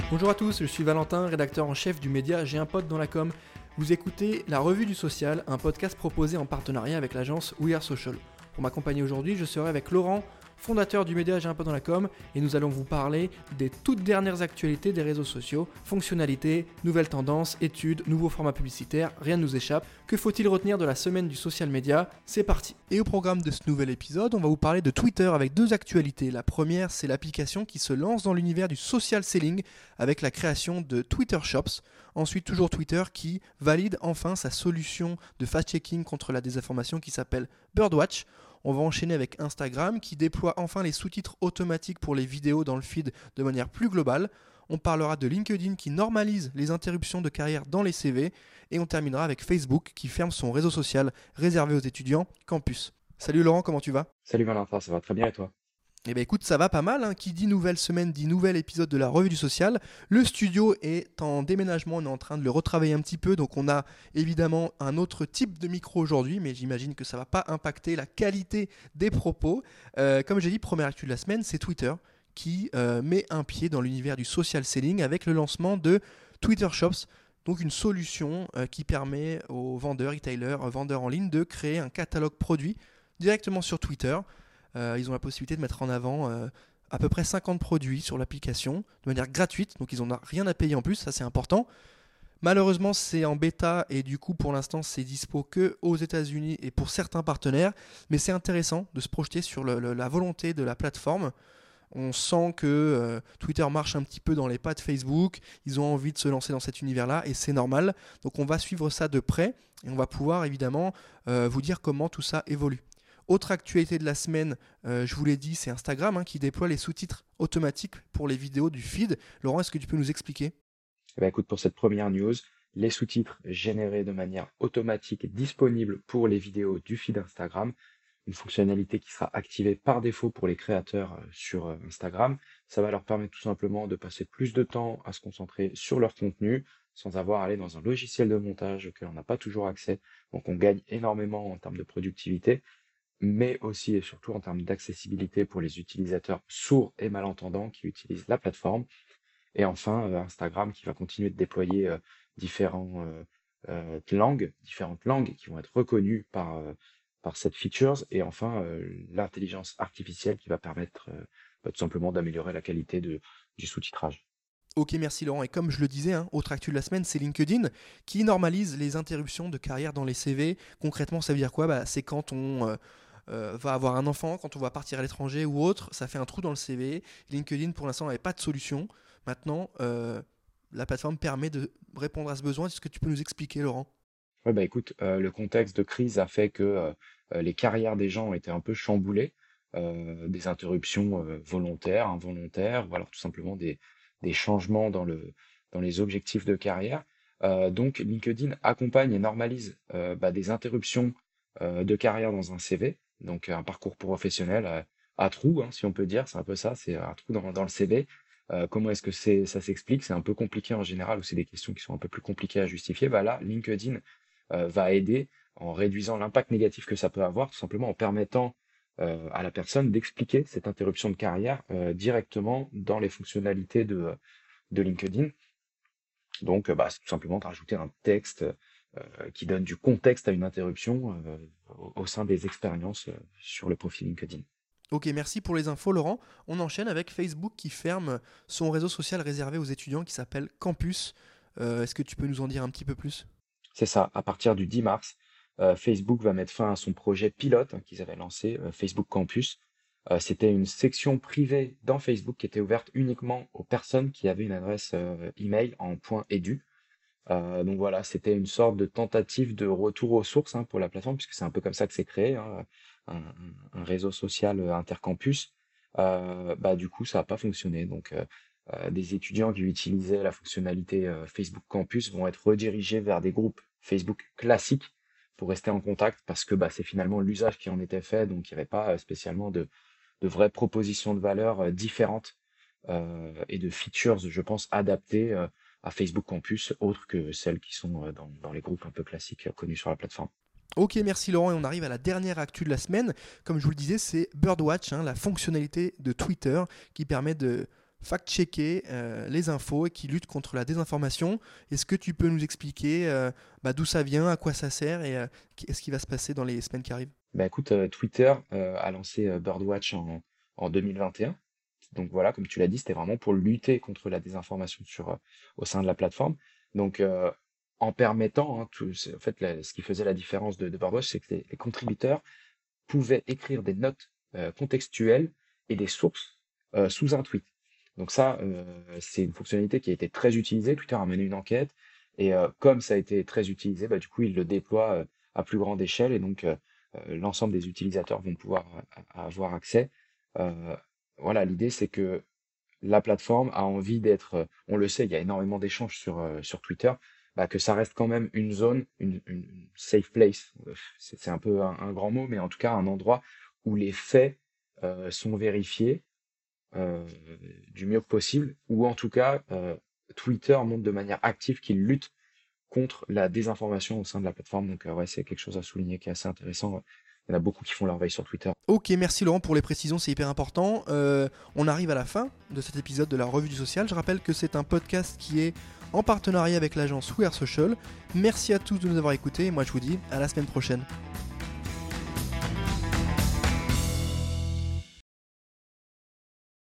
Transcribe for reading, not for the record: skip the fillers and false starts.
Bonjour à tous, je suis Valentin, rédacteur en chef du média J'ai un pote dans la com. Vous écoutez La Revue du Social, un podcast proposé en partenariat avec l'agence We Are Social. Pour m'accompagner aujourd'hui, je serai avec Laurent, fondateur du média J'ai un pote dans la com, et nous allons vous parler des toutes dernières actualités des réseaux sociaux, fonctionnalités, nouvelles tendances, études, nouveaux formats publicitaires, rien ne nous échappe. Que faut-il retenir de la semaine du social media ? C'est parti. Et au programme de ce nouvel épisode, on va vous parler de Twitter avec deux actualités. La première, c'est l'application qui se lance dans l'univers du social selling avec la création de Twitter Shops. Ensuite, toujours Twitter qui valide enfin sa solution de fact-checking contre la désinformation qui s'appelle Birdwatch. On va enchaîner avec Instagram qui déploie enfin les sous-titres automatiques pour les vidéos dans le feed de manière plus globale. On parlera de LinkedIn qui normalise les interruptions de carrière dans les CV. Et on terminera avec Facebook qui ferme son réseau social réservé aux étudiants Campus. Salut Laurent, comment tu vas ? Salut Valentin, ça va très bien et toi ? Eh bien écoute, ça va pas mal, hein. Qui dit nouvelle semaine dit nouvel épisode de la Revue du Social. Le studio est en déménagement, on est en train de le retravailler un petit peu, donc on a évidemment un autre type de micro aujourd'hui, mais j'imagine que ça va pas impacter la qualité des propos. Comme j'ai dit, première actu de la semaine, c'est Twitter qui met un pied dans l'univers du social selling avec le lancement de Twitter Shops, donc une solution qui permet aux vendeurs, retailers, vendeurs en ligne de créer un catalogue produit directement sur Twitter. Ils ont la possibilité de mettre en avant à peu près 50 produits sur l'application de manière gratuite, donc ils n'ont rien à payer en plus, ça c'est important. Malheureusement c'est en bêta et du coup pour l'instant c'est dispo que aux États-Unis et pour certains partenaires, mais c'est intéressant de se projeter sur la volonté de la plateforme. On sent que Twitter marche un petit peu dans les pas de Facebook, ils ont envie de se lancer dans cet univers-là et c'est normal. Donc on va suivre ça de près et on va pouvoir évidemment vous dire comment tout ça évolue. Autre actualité de la semaine, je vous l'ai dit, c'est Instagram qui déploie les sous-titres automatiques pour les vidéos du feed. Laurent, est-ce que tu peux nous expliquer ? Écoute, pour cette première news, les sous-titres générés de manière automatique disponibles pour les vidéos du feed Instagram, une fonctionnalité qui sera activée par défaut pour les créateurs sur Instagram. Ça va leur permettre tout simplement de passer plus de temps à se concentrer sur leur contenu sans avoir à aller dans un logiciel de montage auquel on n'a pas toujours accès. Donc on gagne énormément en termes de productivité, mais aussi et surtout en termes d'accessibilité pour les utilisateurs sourds et malentendants qui utilisent la plateforme. Et enfin, Instagram qui va continuer de déployer différentes langues qui vont être reconnues par cette features. Et enfin, l'intelligence artificielle qui va permettre tout simplement d'améliorer la qualité du sous-titrage. Ok, merci Laurent. Et comme je le disais, autre actu de la semaine, c'est LinkedIn qui normalise les interruptions de carrière dans les CV. Concrètement, ça veut dire quoi ? C'est quand on va avoir un enfant, quand on va partir à l'étranger ou autre, ça fait un trou dans le CV. LinkedIn, pour l'instant, n'avait pas de solution. Maintenant, la plateforme permet de répondre à ce besoin. Est-ce que tu peux nous expliquer, Laurent ? Ouais, écoute, le contexte de crise a fait que les carrières des gens ont été un peu chamboulées, des interruptions volontaires, involontaires, ou alors tout simplement des changements dans les objectifs de carrière. Donc LinkedIn accompagne et normalise des interruptions de carrière dans un CV, donc un parcours professionnel à trous, si on peut dire, c'est un peu ça, c'est un trou dans le CV. Comment est-ce que ça s'explique? C'est un peu compliqué en général, ou c'est des questions qui sont un peu plus compliquées à justifier. Là, LinkedIn va aider en réduisant l'impact négatif que ça peut avoir, tout simplement en permettant à la personne d'expliquer cette interruption de carrière directement dans les fonctionnalités de LinkedIn. Donc, c'est tout simplement de rajouter un texte qui donne du contexte à une interruption au sein des expériences sur le profil LinkedIn. Ok, merci pour les infos Laurent. On enchaîne avec Facebook qui ferme son réseau social réservé aux étudiants qui s'appelle Campus. Est-ce que tu peux nous en dire un petit peu plus ? C'est ça, à partir du 10 mars, Facebook va mettre fin à son projet pilote qu'ils avaient lancé, Facebook Campus. C'était une section privée dans Facebook qui était ouverte uniquement aux personnes qui avaient une adresse email en .edu. Donc voilà, c'était une sorte de tentative de retour aux sources pour la plateforme, puisque c'est un peu comme ça que c'est créé, un réseau social intercampus. Du coup, ça n'a pas fonctionné. Donc, des étudiants qui utilisaient la fonctionnalité Facebook Campus vont être redirigés vers des groupes Facebook classiques pour rester en contact, parce que c'est finalement l'usage qui en était fait, donc il n'y avait pas spécialement de vraies propositions de valeur différentes et de features, je pense, adaptées à Facebook Campus, autres que celles qui sont dans les groupes un peu classiques connus sur la plateforme. Ok, merci Laurent, et on arrive à la dernière actu de la semaine. Comme je vous le disais, c'est Birdwatch, la fonctionnalité de Twitter qui permet de fact-checker les infos et qui lutte contre la désinformation. Est-ce que tu peux nous expliquer d'où ça vient, à quoi ça sert et qu'est-ce qui va se passer dans les semaines qui arrivent? Bah écoute, Twitter a lancé Birdwatch en 2021. Donc voilà, comme tu l'as dit, c'était vraiment pour lutter contre la désinformation au sein de la plateforme. Donc en permettant, hein, en fait, ce qui faisait la différence de Birdwatch, c'est que les contributeurs pouvaient écrire des notes contextuelles et des sources sous un tweet. Donc ça, c'est une fonctionnalité qui a été très utilisée. Twitter a mené une enquête et comme ça a été très utilisé, bah, du coup, il le déploie à plus grande échelle et donc l'ensemble des utilisateurs vont pouvoir avoir accès. Euh, voilà, l'idée c'est que la plateforme a envie d'être, on le sait, il y a énormément d'échanges sur Twitter, bah, que ça reste quand même une zone, une safe place. C'est un peu un grand mot, mais en tout cas un endroit où les faits sont vérifiés euh, du mieux que possible, ou en tout cas Twitter montre de manière active qu'il lutte contre la désinformation au sein de la plateforme. Donc ouais, c'est quelque chose à souligner qui est assez intéressant. Il y en a beaucoup qui font leur veille sur Twitter. Ok, merci Laurent pour les précisions, c'est hyper important. On arrive à la fin de cet épisode de la Revue du Social. Je rappelle que c'est un podcast qui est en partenariat avec l'agence We Are Social. Merci à tous de nous avoir écoutés et moi je vous dis à la semaine prochaine.